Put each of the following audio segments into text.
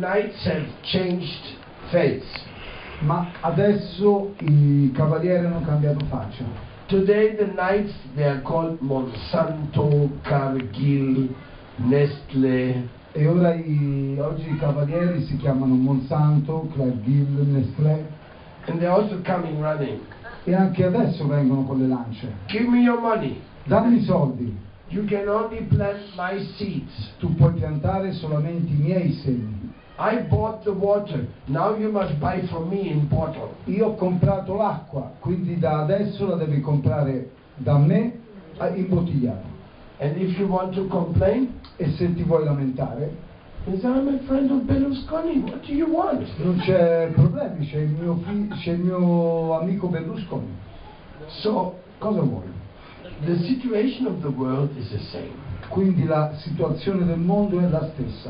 knights have changed face. Ma adesso i cavalieri hanno cambiato faccia. Today the knights, they are called Monsanto, Cargill, Nestlé. E ora oggi i cavalieri si chiamano Monsanto, Cargill, Nestlé. And they're also coming running. E anche adesso vengono con le lance. Give me your money. Dammi i soldi. You can only plant my seeds. Tu puoi piantare solamente i miei semi. I bought the water. Now you must buy from me in bottle. Io ho comprato l'acqua, quindi da adesso la devi comprare da me imbottigliata. And if you want to complain, E se ti vuoi lamentare, you say, I'm a friend of Berlusconi. What do you want? non c'è problemi, c'è il mio amico Berlusconi. So Cosa vuoi? the situation of the world is the same. Quindi la situazione del mondo è la stessa.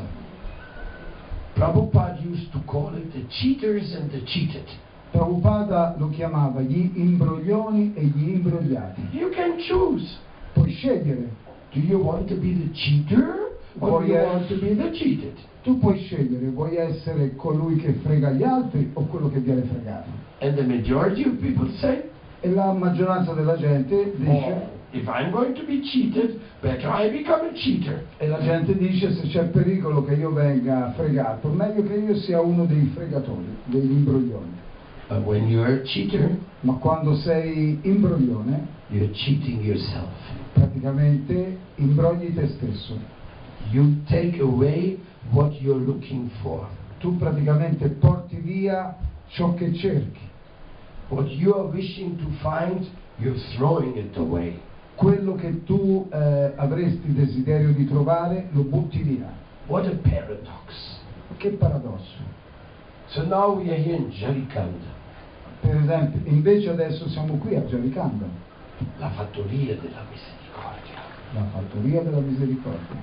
Prabhupada used to call it the cheaters and the cheated. Prabhupada lo chiamava gli imbroglioni e gli imbrogliati. You can choose. Puoi scegliere. Do you want to be the cheater or do you want to be the cheated? Tu puoi scegliere, vuoi essere colui che frega gli altri o quello che viene fregato. And the majority of people say, E la maggioranza della gente dice, if I'm going to be cheated, better I become a cheater. e la gente dice, se c'è pericolo che io venga fregato, meglio che io sia uno dei fregatori, degli imbroglioni. But when you're a cheater, Ma quando sei imbroglione, you're cheating yourself. praticamente imbrogli te stesso. You take away what you're looking for. Tu praticamente porti via ciò che cerchi. What you are wishing to find, you're throwing it away. Quello che tu avresti desiderio di trovare, lo butti via. What a paradox. Che paradosso. So now we are here in Jarikanda, Per esempio, invece adesso siamo qui a Jarikanda, la fattoria della misericordia. la fattoria della misericordia.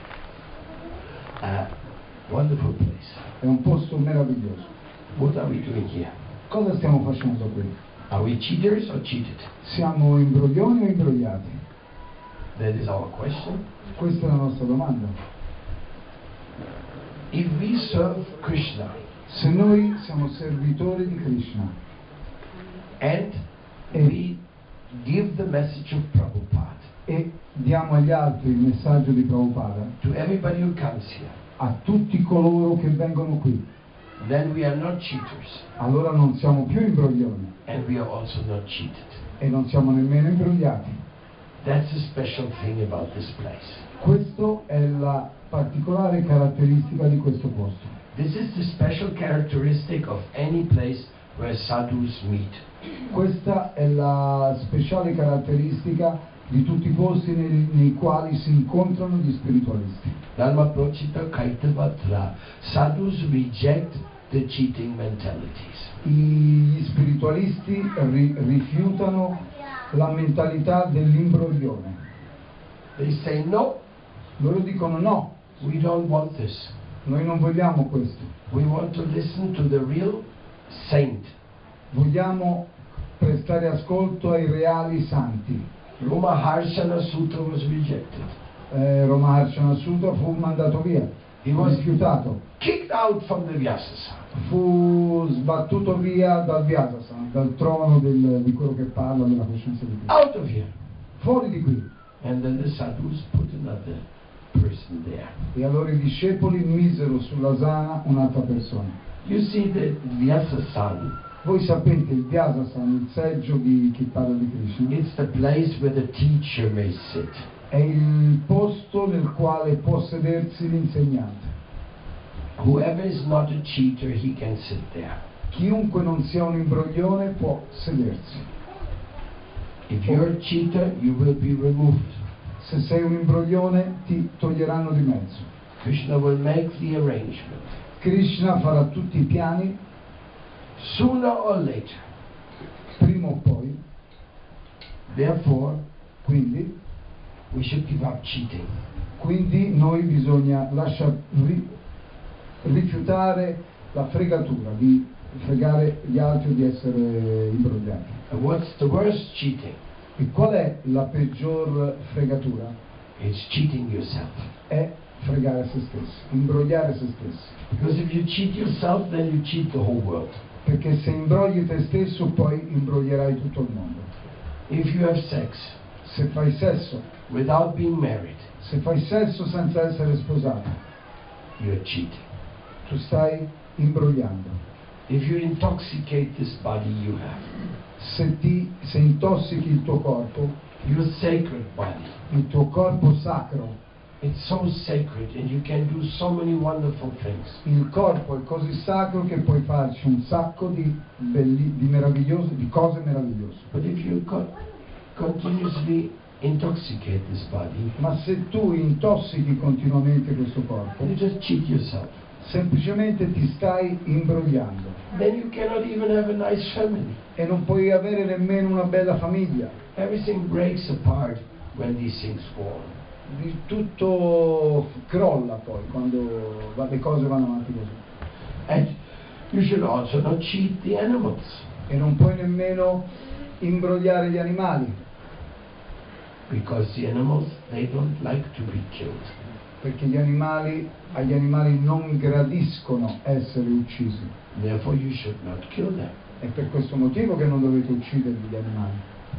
A wonderful place. È un posto meraviglioso. What are we doing here? Cosa stiamo facendo qui? Are we cheaters or cheated? Siamo imbroglioni o imbrogliati? That is our question. Questa è la nostra domanda. If we serve Krishna Se noi siamo servitori di Krishna and we give the message of Prabhupada e diamo agli altri il messaggio di Prabhupada, to everybody who comes here, a tutti coloro che vengono qui, then we are not cheaters allora non siamo più imbroglioni and we are also not cheated. e non siamo nemmeno imbrogliati. That's the special thing about this place. Questa è la particolare caratteristica di questo posto. This is the special characteristic of any place where sadhus meet. Questa è la speciale caratteristica di tutti i posti nei quali si incontrano gli spiritualisti. Dharma Prochita Kaitavatra. Sadhus reject the cheating mentalities. Gli spiritualisti rifiutano la mentalità dell'imbroglione. They say, no, Loro dicono no, we don't want this. noi non vogliamo questo. We want to listen to the real saint. Vogliamo prestare ascolto ai reali santi. Roma Harshana Sutra was rejected. Roma Harshana Sutra fu mandato via, He was rifiutato, kicked out from the Vyasasana. fu sbattuto via dal Vyasasana, dal trono di quello che parla della coscienza di Dio. Out of here. Fuori di qui. And then the sadhus put another person there. E allora i discepoli misero sull'asana un'altra persona. You see the Vyasasana. Voi sapete il Vyasasana, il seggio di chi parla di Krishna, It's the place where the teacher may sit. è il posto nel quale può sedersi l'insegnante. Whoever is not a cheater, he can sit there. Chiunque non sia un imbroglione può sedersi. If you're a cheater, you will be removed. Se sei un imbroglione ti toglieranno di mezzo. Krishna will make the arrangement. Krishna farà tutti i piani, Sooner or later. prima o poi, Therefore, quindi we should give up cheating. noi bisogna rifiutare la fregatura, di fregare gli altri o di essere imbrogliati. And what's the worst cheating? E qual è la peggior fregatura? It's cheating yourself. È fregare se stessi, imbrogliare se stessi. Because if you cheat yourself, then you cheat the whole world. Perché se imbrogli te stesso poi imbroglierai tutto il mondo. If you have sex Se fai sesso, without being married, se fai sesso senza essere sposato, you're cheating. tu stai imbrogliando. If you intoxicate this body you have, Se intossichi il tuo corpo, your sacred body, il tuo corpo sacro, it's so sacred and you can do so many wonderful things. il corpo è così sacro che puoi farci un sacco di cose meravigliose. But if you continuously intoxicate this body, Ma se tu intossichi continuamente questo corpo, you just cheat yourself. semplicemente ti stai imbrogliando Then you cannot even have a nice family. e non puoi avere nemmeno una bella famiglia. Everything breaks apart when these things fall. Tutto crolla poi quando le cose vanno avanti così. And you should also not cheat the animals. E non puoi nemmeno imbrogliare gli animali, Because the animals, they don't like to be killed. perché agli animali non gradiscono essere uccisi. Therefore you should not kill them. È per questo motivo che non dovete uccidere gli animali.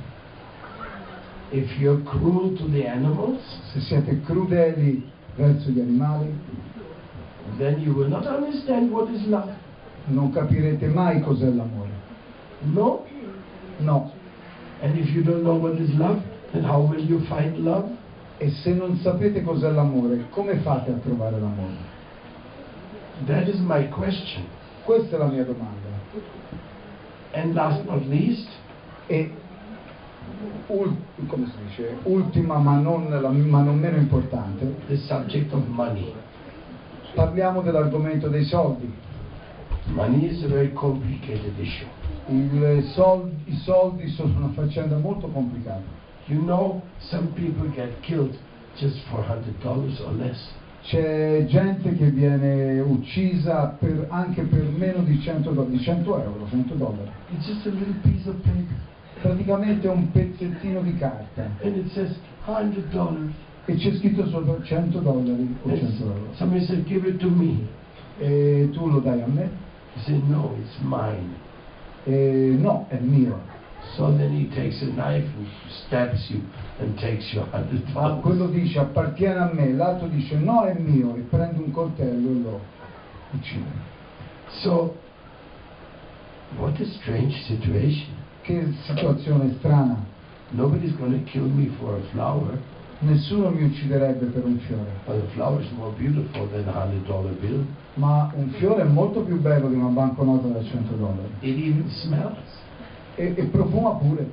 If you're cruel to the animals, Se siete crudeli verso gli animali, then you will not understand what is love. non capirete mai cos'è l'amore. No? No. And if you don't know what is love, then how will you find love? E se non sapete cos'è l'amore, come fate a trovare l'amore? That is my question. Questa è la mia domanda. And last but not least, E come si dice? Ultima ma non meno importante, the subject of money. parliamo dell'argomento dei soldi. Money is a very complicated issue. I soldi sono una faccenda molto complicata. You know, some people get killed just for $100 or less. C'è gente che viene uccisa anche per meno di 100 euro, 100 dollari. It's just a little piece of paper. Praticamente un pezzettino di carta And it says $100. e c'è scritto sopra 100 dollari o 100 euro. Somebody said, give it to me. E tu lo dai a me? He said, no, it's mine. E no, è mio. So then he takes a knife and stabs you and takes your Ma quello $100. dice appartiene a me, l'altro dice no, è mio, e prende un coltello e lo uccide. So, what a strange situation. Che situazione strana. Nobody's going to kill me for a flower, Nessuno mi ucciderebbe per un fiore, but a flower is more beautiful than a $100 bill. ma un fiore è molto più bello di una banconota da 100 dollari. It even smells. E profuma pure.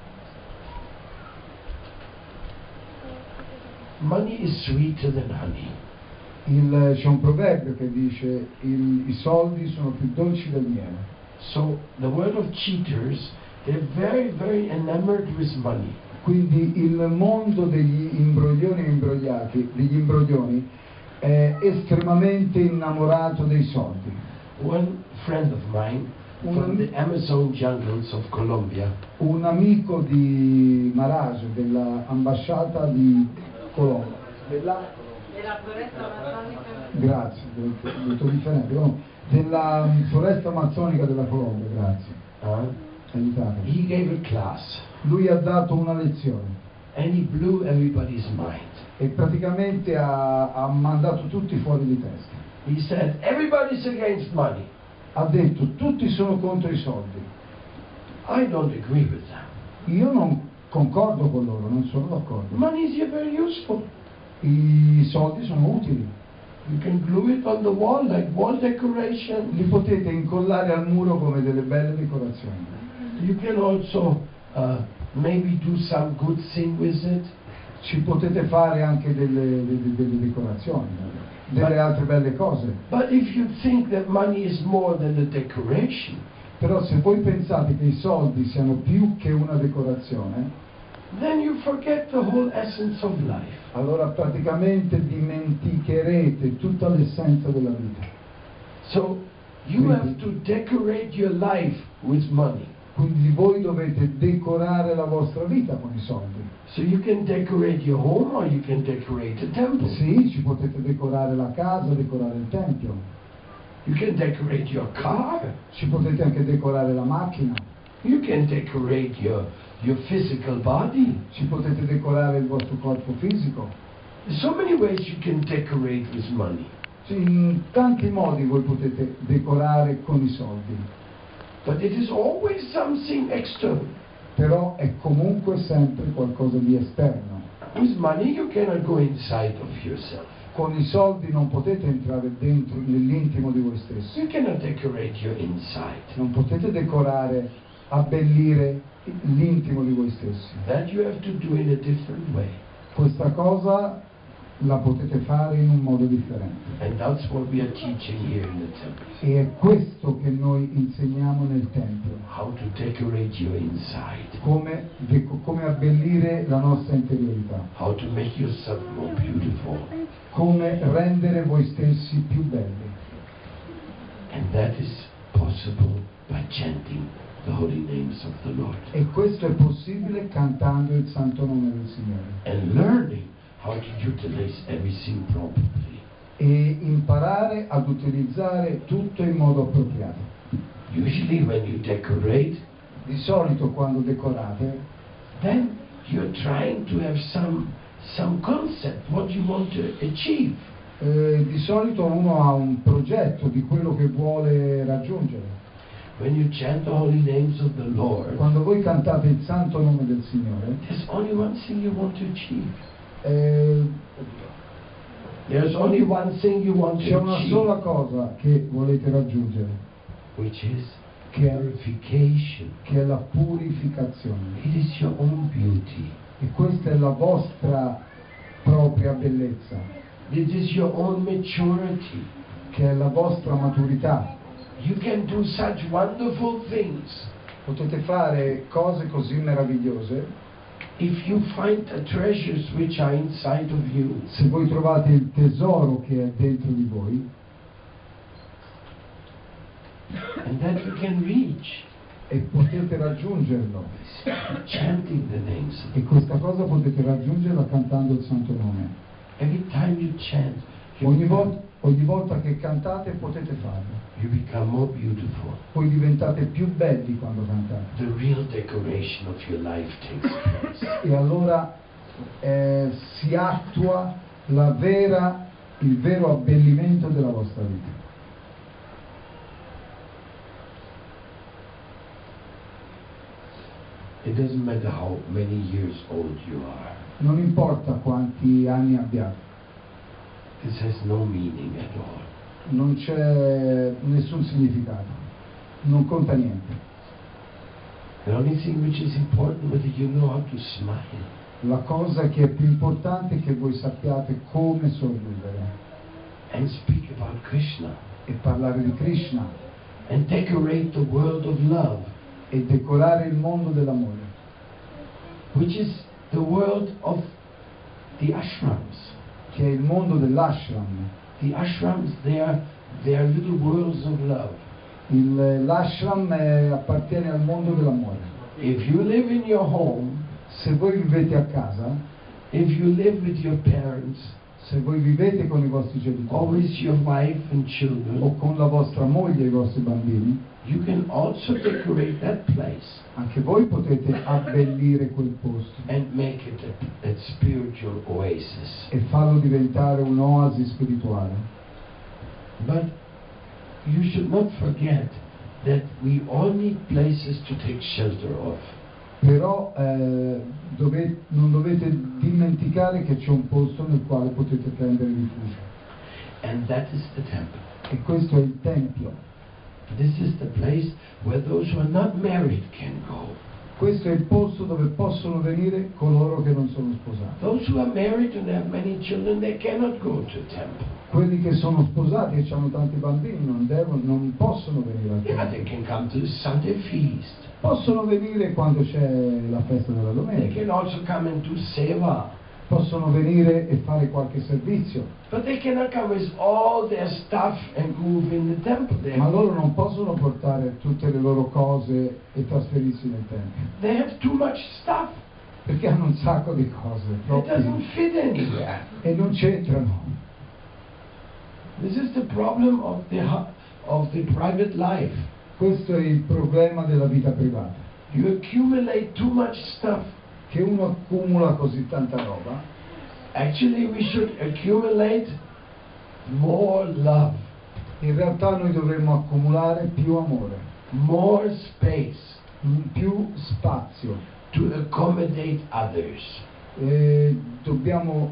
Money is sweeter than honey. C'è un proverbio che dice i soldi sono più dolci del miele. So the world of cheaters, they're very, very enamored with money. Quindi il mondo degli imbroglioni e degli imbroglioni è estremamente innamorato dei soldi. One friend of mine from the Amazon jungles of Colombia, Un amico di Marage, dell'ambasciata di Colombia, Della foresta amazzonica. grazie, detto differente, no, della foresta amazzonica della Colombia, grazie, aiutatemi. he gave a class Lui ha dato una lezione and he blew everybody's mind. e praticamente ha mandato tutti fuori di testa. He said, everybody's against money. Ha detto tutti sono contro i soldi. I don't agree with that. Io non concordo con loro, non sono d'accordo. Money is very useful. I soldi sono utili, You can glue it on the wall like wall decoration. li potete incollare al muro come delle belle decorazioni. You can also maybe do some good thing with it. Ci potete fare anche delle decorazioni, delle altre belle cose. But if you think that money is more than a decoration, Però se voi pensate che i soldi siano più che una decorazione, then you forget the whole essence of life. allora praticamente dimenticherete tutta l'essenza della vita. So you have to decorate your life with money. Quindi voi dovete decorare la vostra vita con i soldi. So you can decorate your home or you can decorate the temple. Sì, ci potete decorare la casa, decorare il tempio. You can decorate your car. Ci potete anche decorare la macchina. You can decorate your physical body. Ci potete decorare il vostro corpo fisico. There's so many ways you can decorate with money. Sì, in tanti modi voi potete decorare con i soldi. But it is always something external. Però è comunque sempre qualcosa di esterno. With money you cannot go inside of yourself. Con i soldi non potete entrare dentro nell'intimo di voi stessi. You cannot decorate your inside. Non potete decorare, abbellire l'intimo di voi stessi. That you have to do in a different way. Questa cosa la potete fare in un modo differente. And that's what we are teaching here in the temple. E è questo che noi insegniamo nel Tempio. How to decorate your inside. Come abbellire la nostra interiorità. How to make yourself more beautiful. Come rendere voi stessi più belli. And that is possible by chanting the holy names of the Lord. E questo è possibile cantando il santo nome del Signore. And learning how to utilize everything properly. E imparare ad utilizzare tutto in modo appropriato. Usually when you decorate, Di solito quando decorate, then you're trying to have some concept, what you want to achieve. di solito uno ha un progetto di quello che vuole raggiungere. When you chant the holy names of the Lord, Quando voi cantate il santo nome del Signore, there's only one thing you want to achieve. eh, There's only one thing you want c'è to una achieve, sola cosa che volete raggiungere, which is che è, purification. che è la purificazione. It is your own beauty. E questa è la vostra propria bellezza, It is your own maturity. che è la vostra maturità. You can do such wonderful things Potete fare cose così meravigliose if you find the treasures which are inside of you. se voi trovate il tesoro che è dentro di voi, And that you can reach e potete raggiungerlo. chanting the names of E questa cosa potete raggiungerla cantando il santo nome. Every time you chant, Ogni volta che cantate potete farlo. you become more beautiful. Voi diventate più belli quando cantate. The real decoration of your life takes place. E allora si attua il vero abbellimento della vostra vita. It doesn't matter how many years old you are. Non importa quanti anni abbiate, This has no meaning at all. non c'è nessun significato, non conta niente. The only thing which is important is whether you know how to smile. La cosa che è più importante è che voi sappiate come sorridere And speak about Krishna. e parlare di Krishna And decorate the world of love, e decorare il mondo dell'amore, which is the world of the ashrams. che è il mondo dell'ashram. The ashrams, they are little worlds of love. L'ashram appartiene al mondo dell'amore. If you live in your home, Se voi vivete a casa, if you live with your parents, se voi vivete con i vostri or genitori with your wife and o children, con la vostra moglie e i vostri bambini, you can also decorate that place anche voi potete abbellire quel posto and make it a spiritual oasis. e farlo diventare un'oasi spirituale. But you should not forget that we all need places to take shelter of. Però non dovete dimenticare che c'è un posto nel quale potete prendere rifugio, And that is the temple. e questo è il Tempio. This is the place where those who are not married can go. Questo è il posto dove possono venire coloro che non sono sposati. Those who are married and have many children, they cannot go to a temple. Quelli che sono sposati e hanno tanti bambini non possono venire al Yeah, Tempio. they can come to the Sunday feast. Possono venire quando c'è la festa della They domenica, can also come and do seva. possono venire e fare qualche servizio, But they cannot come with all their stuff and move in the temple. ma loro non possono portare tutte le loro cose e trasferirsi nel tempio, They have too much stuff. perché hanno un sacco di cose It doesn't troppi, fit anywhere. e non c'entrano. This is the problem of the private life. Questo è il problema della vita privata, You accumulate too much stuff. che uno accumula così tanta roba. Actually, we should accumulate more love, In realtà noi dovremmo accumulare più amore, more space più spazio, to accommodate others. e dobbiamo,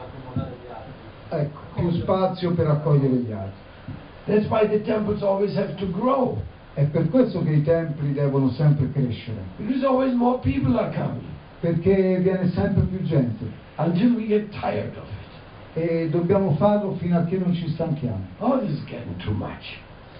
ecco, più spazio per accogliere gli altri. That's why the temples always have to grow, È per questo che i templi devono sempre crescere, because always more people are coming perché viene sempre più gente, until we get tired of it. e dobbiamo farlo fino a che non ci stanchiamo. Oh, this is getting too much.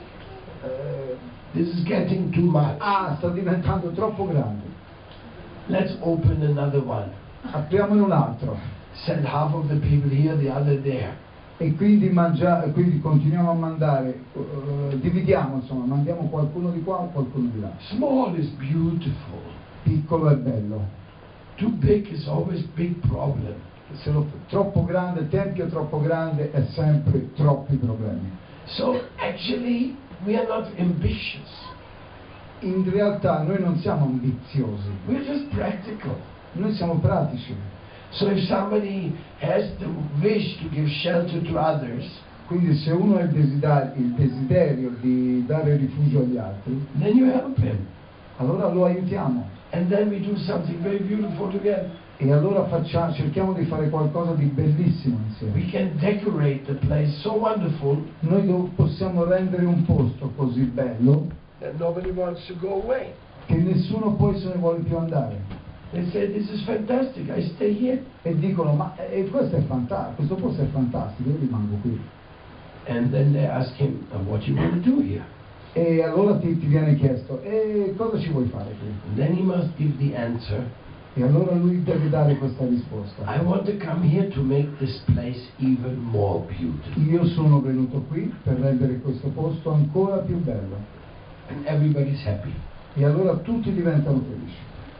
This is getting too much. Sta diventando troppo grande, Let's open another one. apriamone un altro, Send half of the people here, the other there. e quindi, quindi continuiamo a mandare, dividiamo, insomma, mandiamo qualcuno di qua o qualcuno di là. Small is beautiful. Piccolo è bello, Too big is always big problem. troppo grande, il tempio troppo grande è sempre troppi problemi. So actually, we are not ambitious. In realtà noi non siamo ambiziosi, We're just practical. noi siamo pratici. So if somebody has the wish to give shelter to others, Quindi se uno ha il desiderio di dare rifugio agli altri, then you help him. allora lo aiutiamo, And then we do something very beautiful together. e allora cerchiamo di fare qualcosa di bellissimo insieme. We can decorate the place so wonderful Noi possiamo rendere un posto così bello that nobody wants to go away. che nessuno poi se ne vuole più andare. They say, this is fantastic, I stay here. E dicono, ma questo è fantastico, questo posto è fantastico, io rimango qui. And then they ask him, what do you want to do here? E allora ti viene chiesto, e cosa ci vuoi fare qui? And then he must give the answer, E allora lui deve dare questa risposta. I want to come here to make this place even more beautiful. Io sono venuto qui per rendere questo posto ancora più bello. And everybody's happy. E allora tutti diventano felici.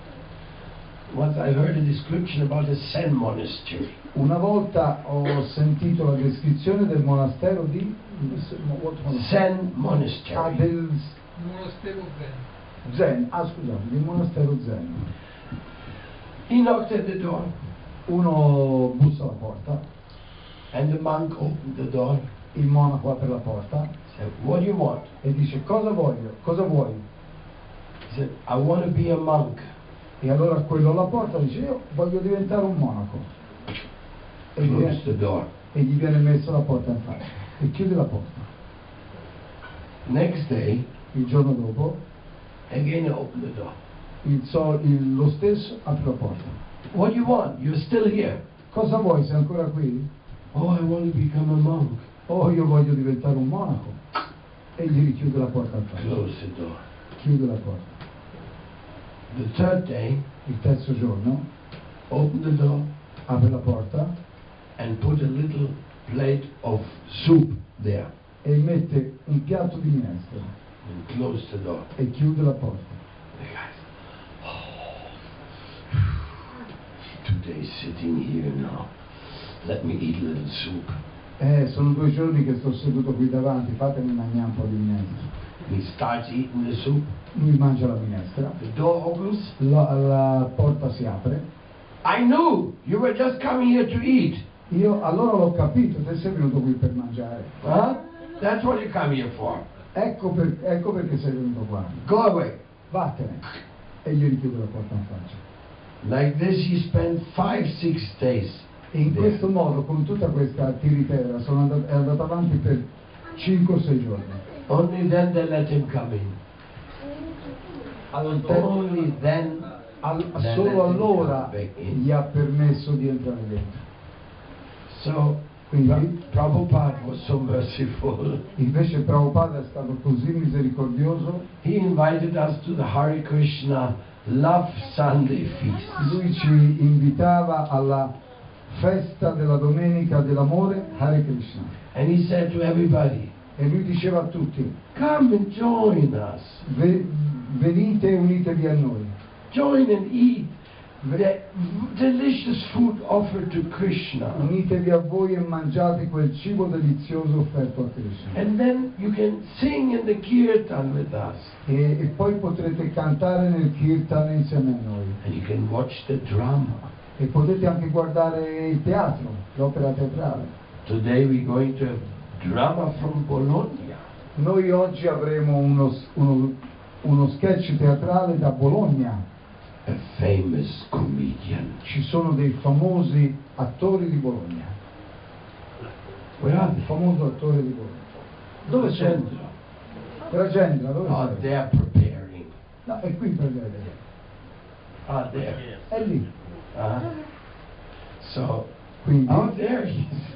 Once I heard a description about a Zen monastery. Una volta ho sentito la descrizione del monastero di Zen monastery. del Monastero Zen. Zen, scusate, del monastero Zen. He knocked at the door, Uno bussa alla porta, and the monk opened the door. il monaco apre la porta Said, what do you want? e dice, cosa voglio? Cosa vuoi? He said, I want to be a monk. E allora quello alla porta dice, io voglio diventare un monaco. E Close the door. gli viene messa la porta in faccia e chiude la porta. Next day, Il giorno dopo again he opened the door. lo stesso apre la porta. What do you want? You're still here. Cosa vuoi? Sei ancora qui? Oh, I want to become a monk. Oh, io voglio diventare un monaco. E gli richiude la porta in faccia. Close the door. Chiude la porta. The third day, Il terzo giorno open the door apre la porta and put a little plate of soup there e mette un piatto di minestra and close the door. e chiude la porta. The guys, oh, 2 days sitting here now. Let me eat a little soup. Sono 2 giorni che sto seduto qui davanti, fatemi mangiare un po' di minestra. He starts eating the soup. Lui mangia la minestra, The door opens. la porta si apre. I knew you were just coming here to eat. Io allora l'ho capito, te sei venuto qui per mangiare. Huh? That's what you come here for. Ecco perché sei venuto qua. Go away. Vattene. E gli richiude la porta in faccia. Like this, he spent 5-6 days. E in there. questo modo, con tutta questa tiritera, è andato avanti per 5 o 6 giorni. Only then they let him come in. Only then. Solo allora gli ha permesso di entrare dentro. So, Quindi, Prabhupada was so merciful. invece Prabhupada è stato così misericordioso, He invited us to the Hare Krishna Love Sunday feast. lui ci invitava alla festa della domenica dell'amore, Hare Krishna. And he said to everybody, E lui diceva a tutti, come and join us. venite e unitevi a noi, Join and eat the delicious food offered to Krishna. unitevi a voi e mangiate quel cibo delizioso offerto a Krishna. And then you can sing in the kirtan with us. E poi potrete cantare nel kirtan insieme a noi. And you can watch the drama. E potete anche guardare il teatro, l'opera teatrale. Today we're going to have drama from Bologna. Noi oggi avremo uno sketch teatrale da Bologna. A famous comedian. Ci sono dei famosi attori di Bologna. Where are Un they? famoso attore di Bologna. Dove sono? Cendra. Ragenda, dove Oh, sei? they are preparing. No, è qui per vedere. Ah, there. È lì. So, Quindi, there he is.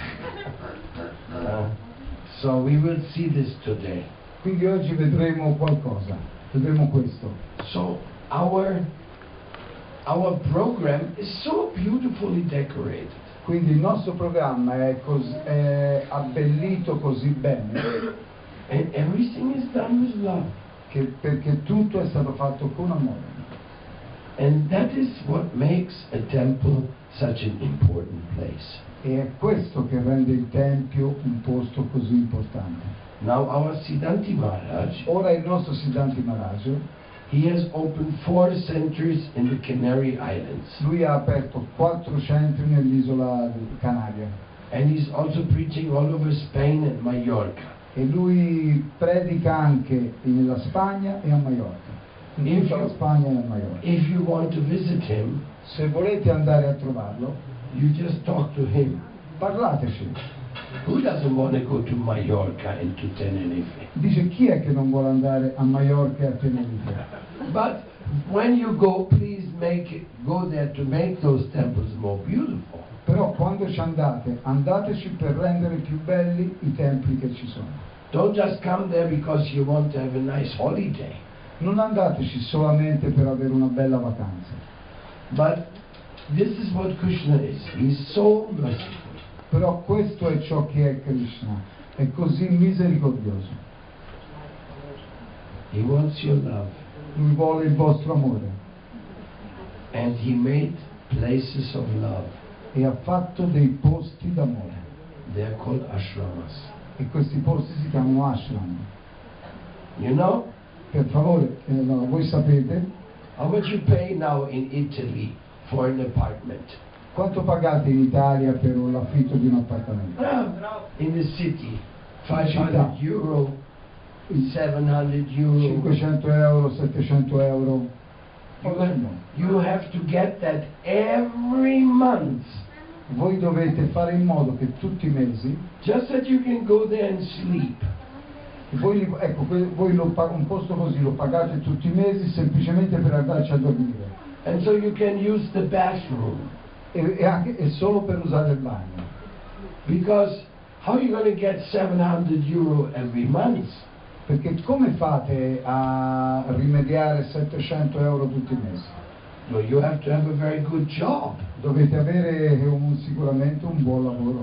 So we will see this today. quindi oggi vedremo qualcosa. Vedremo questo. So our program is so beautifully decorated. Quindi il nostro programma è abbellito così bene And everything is done with love. perché tutto è stato fatto con amore. And that is what makes a temple such an important place. E è questo che rende il Tempio un posto così importante. Now our Siddhanti Maharaj, Ora il nostro Siddhanti Maharaj, he has opened 4 centers in the Canary Islands. lui ha aperto 4 centri nell'isola di Canaria And he's also preaching all over Spain and Mallorca. e lui predica anche nella Spagna e a Maiorca. In tutta la Spagna e a Maiorca. If you want to visit him, Se volete andare a trovarlo, you just talk to him. parlateci. Who doesn't want to go to Mallorca and to Tenerife? Dice chi è che non vuole andare a Maiorca e a Tenerife? But when you go, please go there to make those temples more beautiful. Però quando ci andate, andateci per rendere più belli i templi che ci sono. Don't just come there because you want to have a nice holiday. Non andateci solamente per avere una bella vacanza. But this is what Krishna is. He's so merciful. Però questo è ciò che è Krishna, è così misericordioso. He wants your love. Lui vuole il vostro amore And he made places of love. e ha fatto dei posti d'amore. They're called ashramas. E questi posti si chiamano ashram. You know, Per favore, no, voi sapete how much you pay now in Italy for an apartment? quanto pagate in Italia per l'affitto di un appartamento? In the city, 500 euro, 700 euro. 500 euro, 700 euro. You have to get that every month, Voi dovete fare in modo che tutti i mesi just that you can go there and sleep. voi un posto così lo pagate tutti i mesi semplicemente per andarci a dormire And so you can use the bathroom. e solo per usare il bagno. Because how are you going to get 700 euro every month? Perché come fate a rimediare 700 euro tutti i mesi? No, you have to have a very good job. Dovete avere sicuramente un buon lavoro.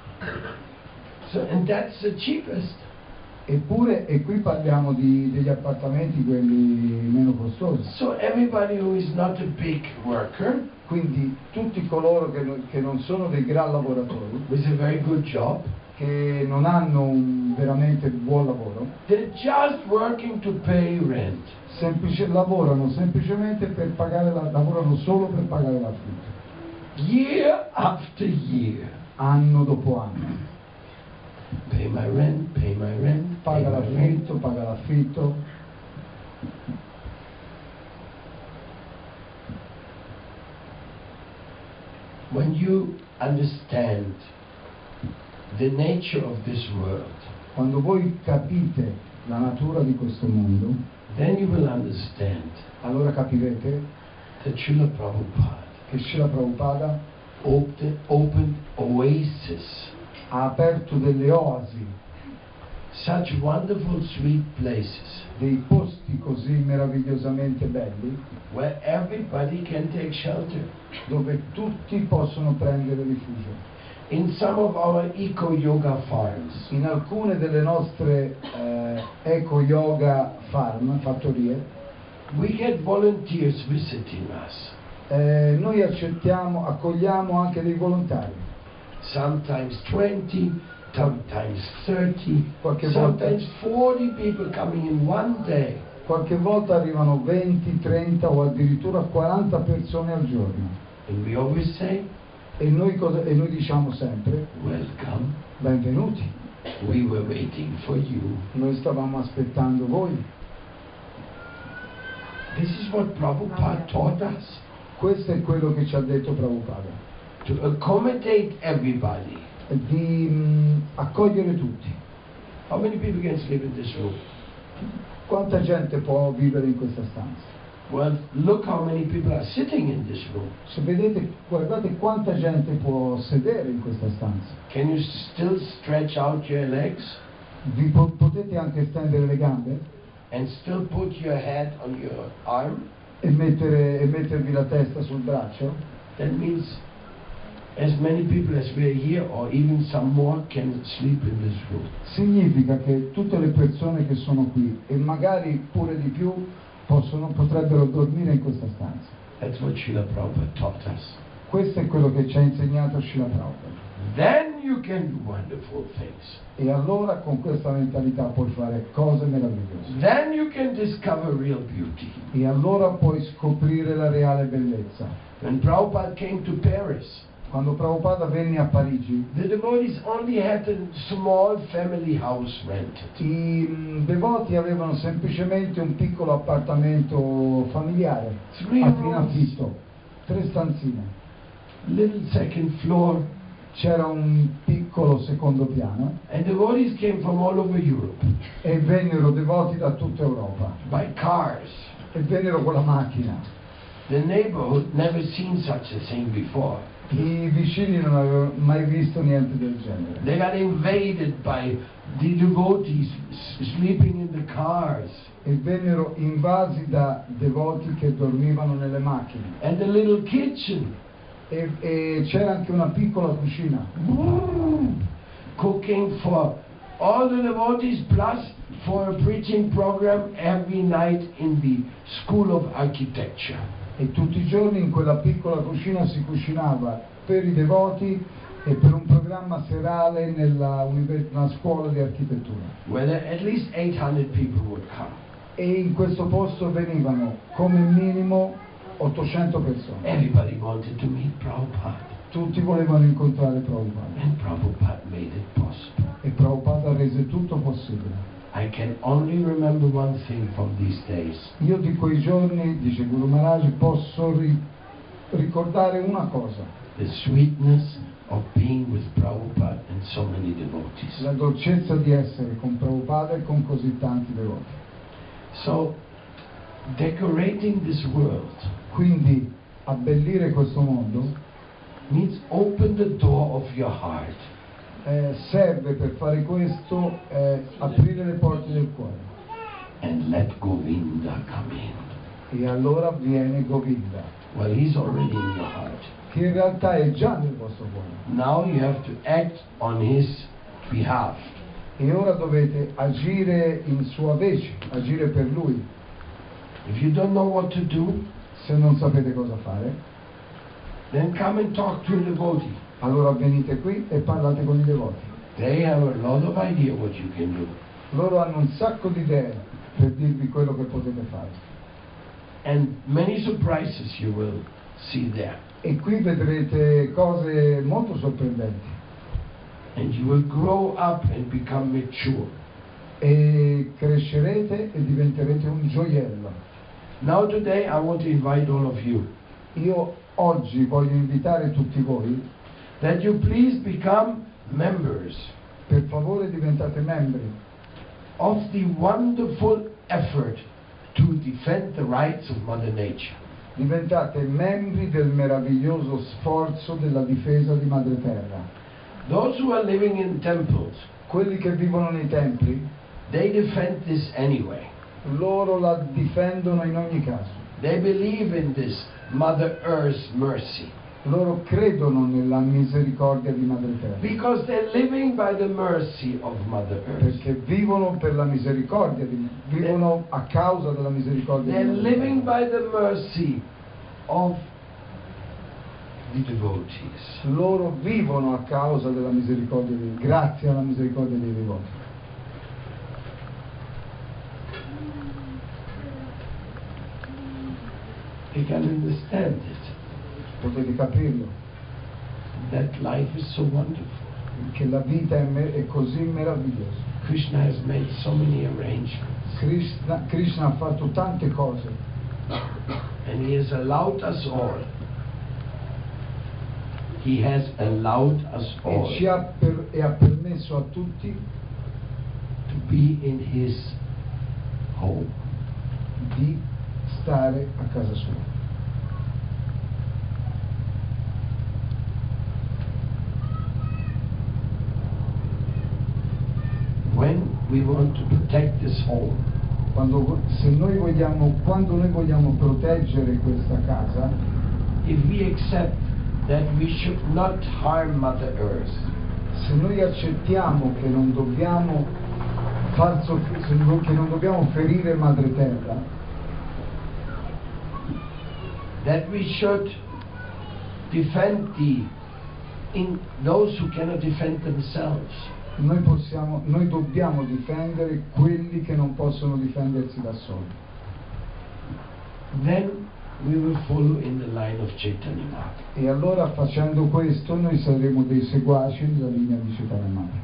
And that's the cheapest. Eppure, e qui parliamo degli appartamenti, quelli meno costosi. So everybody who is not a big worker, Quindi tutti coloro che non sono dei gran lavoratori, with a very good job, che non hanno un veramente buon lavoro, they're just working to pay rent. lavorano semplicemente per pagare lavorano solo per pagare l'affitto, Year after year. anno dopo anno. Pay my rent, pay my rent, pay Paga my rent. l'affitto. When you understand the nature of this world, Quando voi capite la natura di questo mondo, then you will understand allora capirete that Srila Prabhupada che Srila Prabhupada opened oasis ha aperto delle oasi such wonderful, sweet places dei posti così meravigliosamente belli, where everybody can take shelter. dove tutti possono prendere rifugio. In some of our eco-yoga farms, In alcune delle nostre eco-yoga farm, fattorie, we get volunteers visiting us. noi accogliamo anche dei volontari. Sometimes 20, sometimes 30, Qualche volta- sometimes 40 people coming in one day. Qualche volta arrivano 20, 30 o addirittura 40 persone al giorno. And we always say, E noi diciamo sempre, welcome, benvenuti, we were waiting for you. noi stavamo aspettando voi. This is what Prabhupada taught us, Questo è quello che ci ha detto Prabhupada, to accommodate everybody. di accogliere tutti. How many people can sleep in this room? Quanta gente può vivere in questa stanza? Well, look how many people are sitting in this room. Se vedete, guardate quanta gente può sedere in questa stanza. Can you still stretch out your legs Potete anche stendere le gambe and still put your head on your arm? e mettervi la testa sul braccio? That means as many people as we are here, or even some more, can sleep in this room. Significa che tutte le persone che sono qui, e magari pure di più, potrebbero dormire in questa stanza. That's what Srila Prabhupada taught us. Questo è quello che ci ha insegnato Srila Prabhupada. Then you can do wonderful things. E allora con questa mentalità puoi fare cose meravigliose. Then you can discover real beauty. E allora puoi scoprire la reale bellezza. When Prabhupada came to Paris, Quando Prabhupada venne a Parigi, the devotees only had a small family house rented. i devoti avevano semplicemente un piccolo appartamento familiare in affitto, 3 stanzine. Little second floor, C'era un piccolo secondo piano and devotees came from all over Europe e vennero devoti da tutta Europa by cars. e vennero con la macchina. The neighborhood never seen such a thing before. I vicini non avevano mai visto niente del genere. They got invaded by the devotees sleeping in the cars. E vennero invasi da devoti che dormivano nelle macchine. And the little kitchen, E c'era anche una piccola cucina, cooking for all the devotees, plus for a preaching program every night in the School of Architecture. e tutti i giorni in quella piccola cucina si cucinava per i devoti e per un programma serale nella scuola di architettura. Where at least 800 people would come. E in questo posto venivano come minimo 800 persone. Everybody wanted to meet Prabhupada, Tutti volevano incontrare Prabhupada and Prabhupada made it possible. e Prabhupada rese tutto possibile. I can only remember one thing from these days. Io di quei giorni, dice Guru Maharaj, posso ricordare una cosa: The sweetness of being with Prabhupada and so many devotees. la dolcezza di essere con Prabhupada e con così tanti devoti. So, decorating this world Quindi abbellire questo mondo means open the door of your heart. serve per fare questo aprire le porte del cuore. And let Govinda come in. E allora viene Govinda, Well, he's already in your heart. che in realtà è già nel vostro cuore. Now you have to act on his behalf. E ora dovete agire in sua vece, agire per lui. If you don't know what to do, Se non sapete cosa fare, then come and talk to a devotee. allora venite qui e parlate con i devoti. They have a lot of idea what you can do. Loro hanno un sacco di idee per dirvi quello che potete fare. And many surprises you will see there. E qui vedrete cose molto sorprendenti. And you will grow up and become mature. E crescerete e diventerete un gioiello. Now today I want to invite all of you Io oggi voglio invitare tutti voi, that you please become members per favore diventate membri of the wonderful effort to defend the rights of Mother Nature. diventate membri del meraviglioso sforzo della difesa di Madre Terra. Those who are living in temples, quelli che vivono nei templi, they defend this anyway. loro la difendono in ogni caso. They believe in this Mother Earth's mercy. Loro credono nella misericordia di Madre Terra. Because they're living by the mercy of Mother Earth. Perché vivono per la misericordia, vivono a causa della misericordia They're di Madre living Terra. by the mercy of the devotees. Loro vivono a causa della misericordia grazie alla misericordia dei devoti. You can understand it. Potete capirlo, That life is so wonderful. che la vita è così meravigliosa. Krishna has made so many arrangements. Krishna ha fatto tante cose And he has allowed us all. He has allowed us all e ha permesso a tutti to be in his home. di stare a casa sua. When we want to protect this home, Quando noi vogliamo proteggere questa casa, if we accept that we should not harm Mother Earth, se noi accettiamo che non dobbiamo che non dobbiamo ferire Madre Terra, that we should defend those who cannot defend themselves, noi dobbiamo difendere quelli che non possono difendersi da soli. then we will follow in the line of Chaitanya Mahaprabhu. E allora facendo questo noi saremo dei seguaci della linea di Chaitanya Mahaprabhu.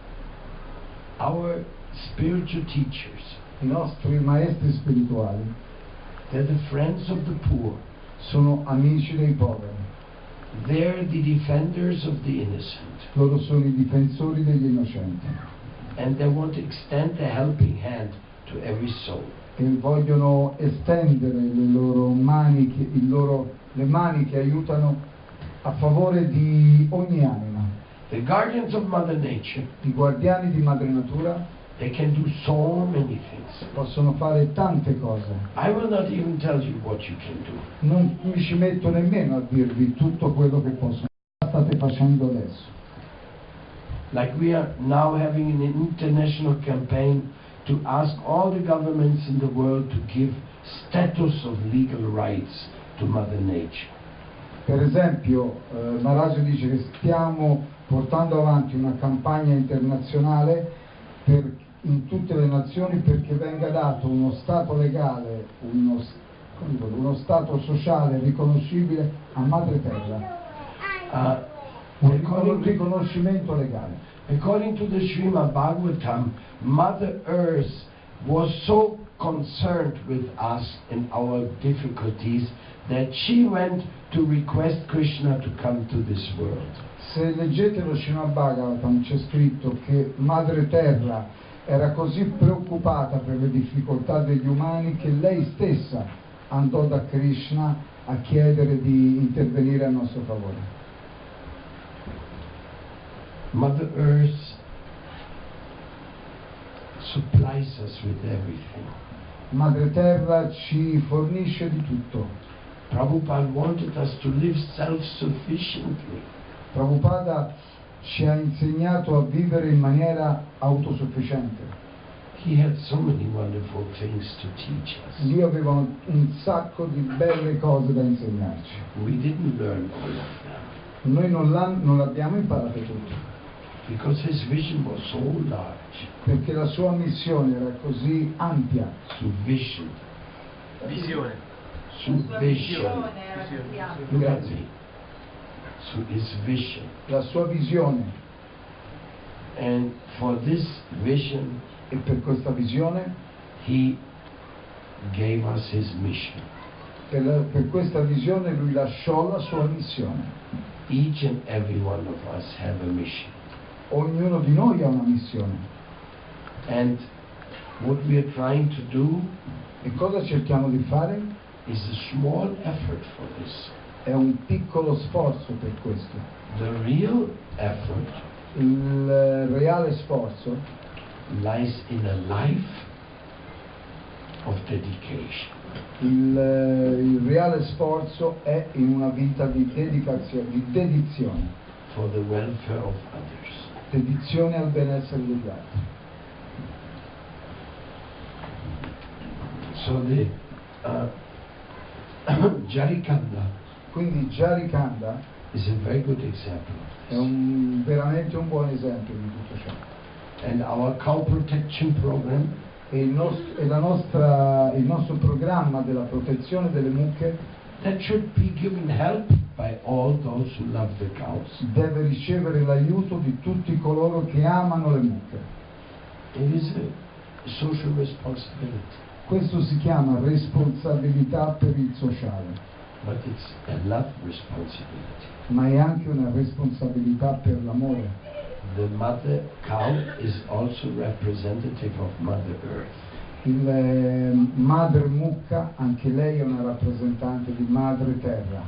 Our spiritual teachers, I nostri maestri spirituali they're the friends of the poor. sono amici dei poveri, They're the defenders of the innocent. loro sono i difensori degli innocenti And they want to extend a helping hand to every soul. e vogliono estendere le loro maniche, le mani che aiutano a favore di ogni anima. The guardians of Mother Nature, I guardiani di Madre Natura they can do so many things. possono fare tante cose. I will not even tell you what you can do. Non mi ci metto nemmeno a dirvi tutto quello che possono. State facendo adesso. Like we are now having an international campaign to ask all the governments in the world to give status of legal rights to Mother Nature. Per esempio, Maharaj dice che stiamo portando avanti una campagna internazionale in tutte le nazioni perché venga dato uno stato legale, uno stato sociale riconoscibile a Madre Terra, un riconoscimento legale. According to the Srimad Bhagavatam, Mother Earth was so concerned with us in our difficulties that she went to request Krishna to come to this world. Se leggete lo Srimad Bhagavatam c'è scritto che Madre Terra era così preoccupata per le difficoltà degli umani che lei stessa andò da Krishna a chiedere di intervenire a nostro favore. Mother Earth supplies us with everything. Madre Terra ci fornisce di tutto. Prabhupada wanted us to live self-sufficiently. Prabhupada ci ha insegnato a vivere in maniera autosufficiente. He had so many wonderful things to teach us. Lui aveva un sacco di belle cose da insegnarci. We didn't learn all of them Noi non l'abbiamo imparato tutto, because his vision was so large. perché la sua missione era così ampia. Sufficient. Visione. Sufficient. era così ampia. Grazie. So his vision. La sua visione, And for this vision, e per questa visione, he gave us his mission. per questa visione lui lasciò la sua missione. Each and every one of us have a mission. Ognuno di noi ha una missione. And what we are trying to do E cosa cerchiamo di fare? is a small effort for this. È un piccolo sforzo per questo. The real effort Il reale sforzo lies in a life of dedication. il reale sforzo è in una vita di dedizione, For the welfare of others. dedizione al benessere degli altri. So the Jarikanda Quindi Jarikanda is a very good example of è this. veramente un buon esempio di tutto ciò. And our cow protection program E il nostro programma della protezione delle mucche that should be given help by all those who love the cows. deve ricevere l'aiuto di tutti coloro che amano le mucche. It is a social responsibility, Questo si chiama responsabilità per il sociale, but it's a love responsibility. ma è anche una responsabilità per l'amore. The mother cow is also representative of Mother Earth. Il madre mucca, anche lei è una rappresentante di madre terra.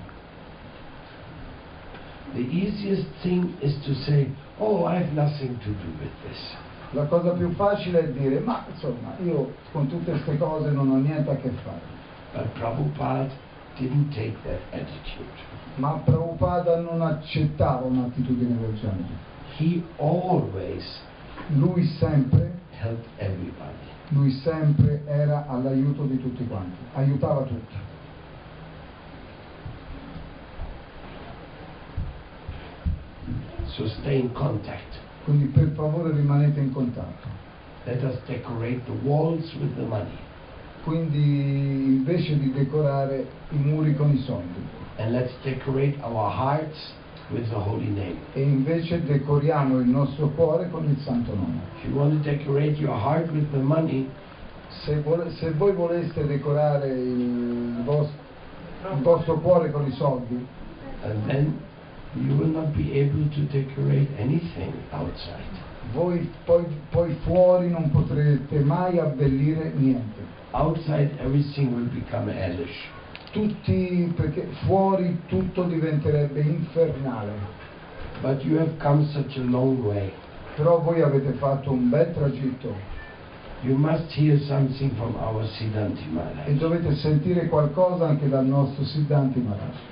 The easiest thing is to say, oh, I have nothing to do with this. La cosa più facile è dire, ma insomma, io con tutte queste cose non ho niente a che fare. But Prabhupada didn't take that attitude. Ma Prabhupada non accettava un'attitudine del genere. He always Lui sempre era all'aiuto di tutti quanti, aiutava tutti. So stay in contact. Quindi per favore rimanete in contatto. Let us decorate the walls with the money. Quindi invece di decorare i muri con i soldi, And let's decorate our hearts with the holy name. e invece decoriamo il nostro cuore con il santo nome. If you want to decorate your heart with the money, Se voi voleste decorare il vostro cuore con i soldi, and then you will not be able to decorate anything outside. voi poi fuori non potrete mai abbellire niente. Outside everything will become hellish. Perché fuori tutto diventerebbe infernale. But you have come such a long way. Però voi avete fatto un bel tragitto You must hear something from our Siddhanti e Maharaj. dovete sentire qualcosa anche dal nostro Siddhanti Maharaj.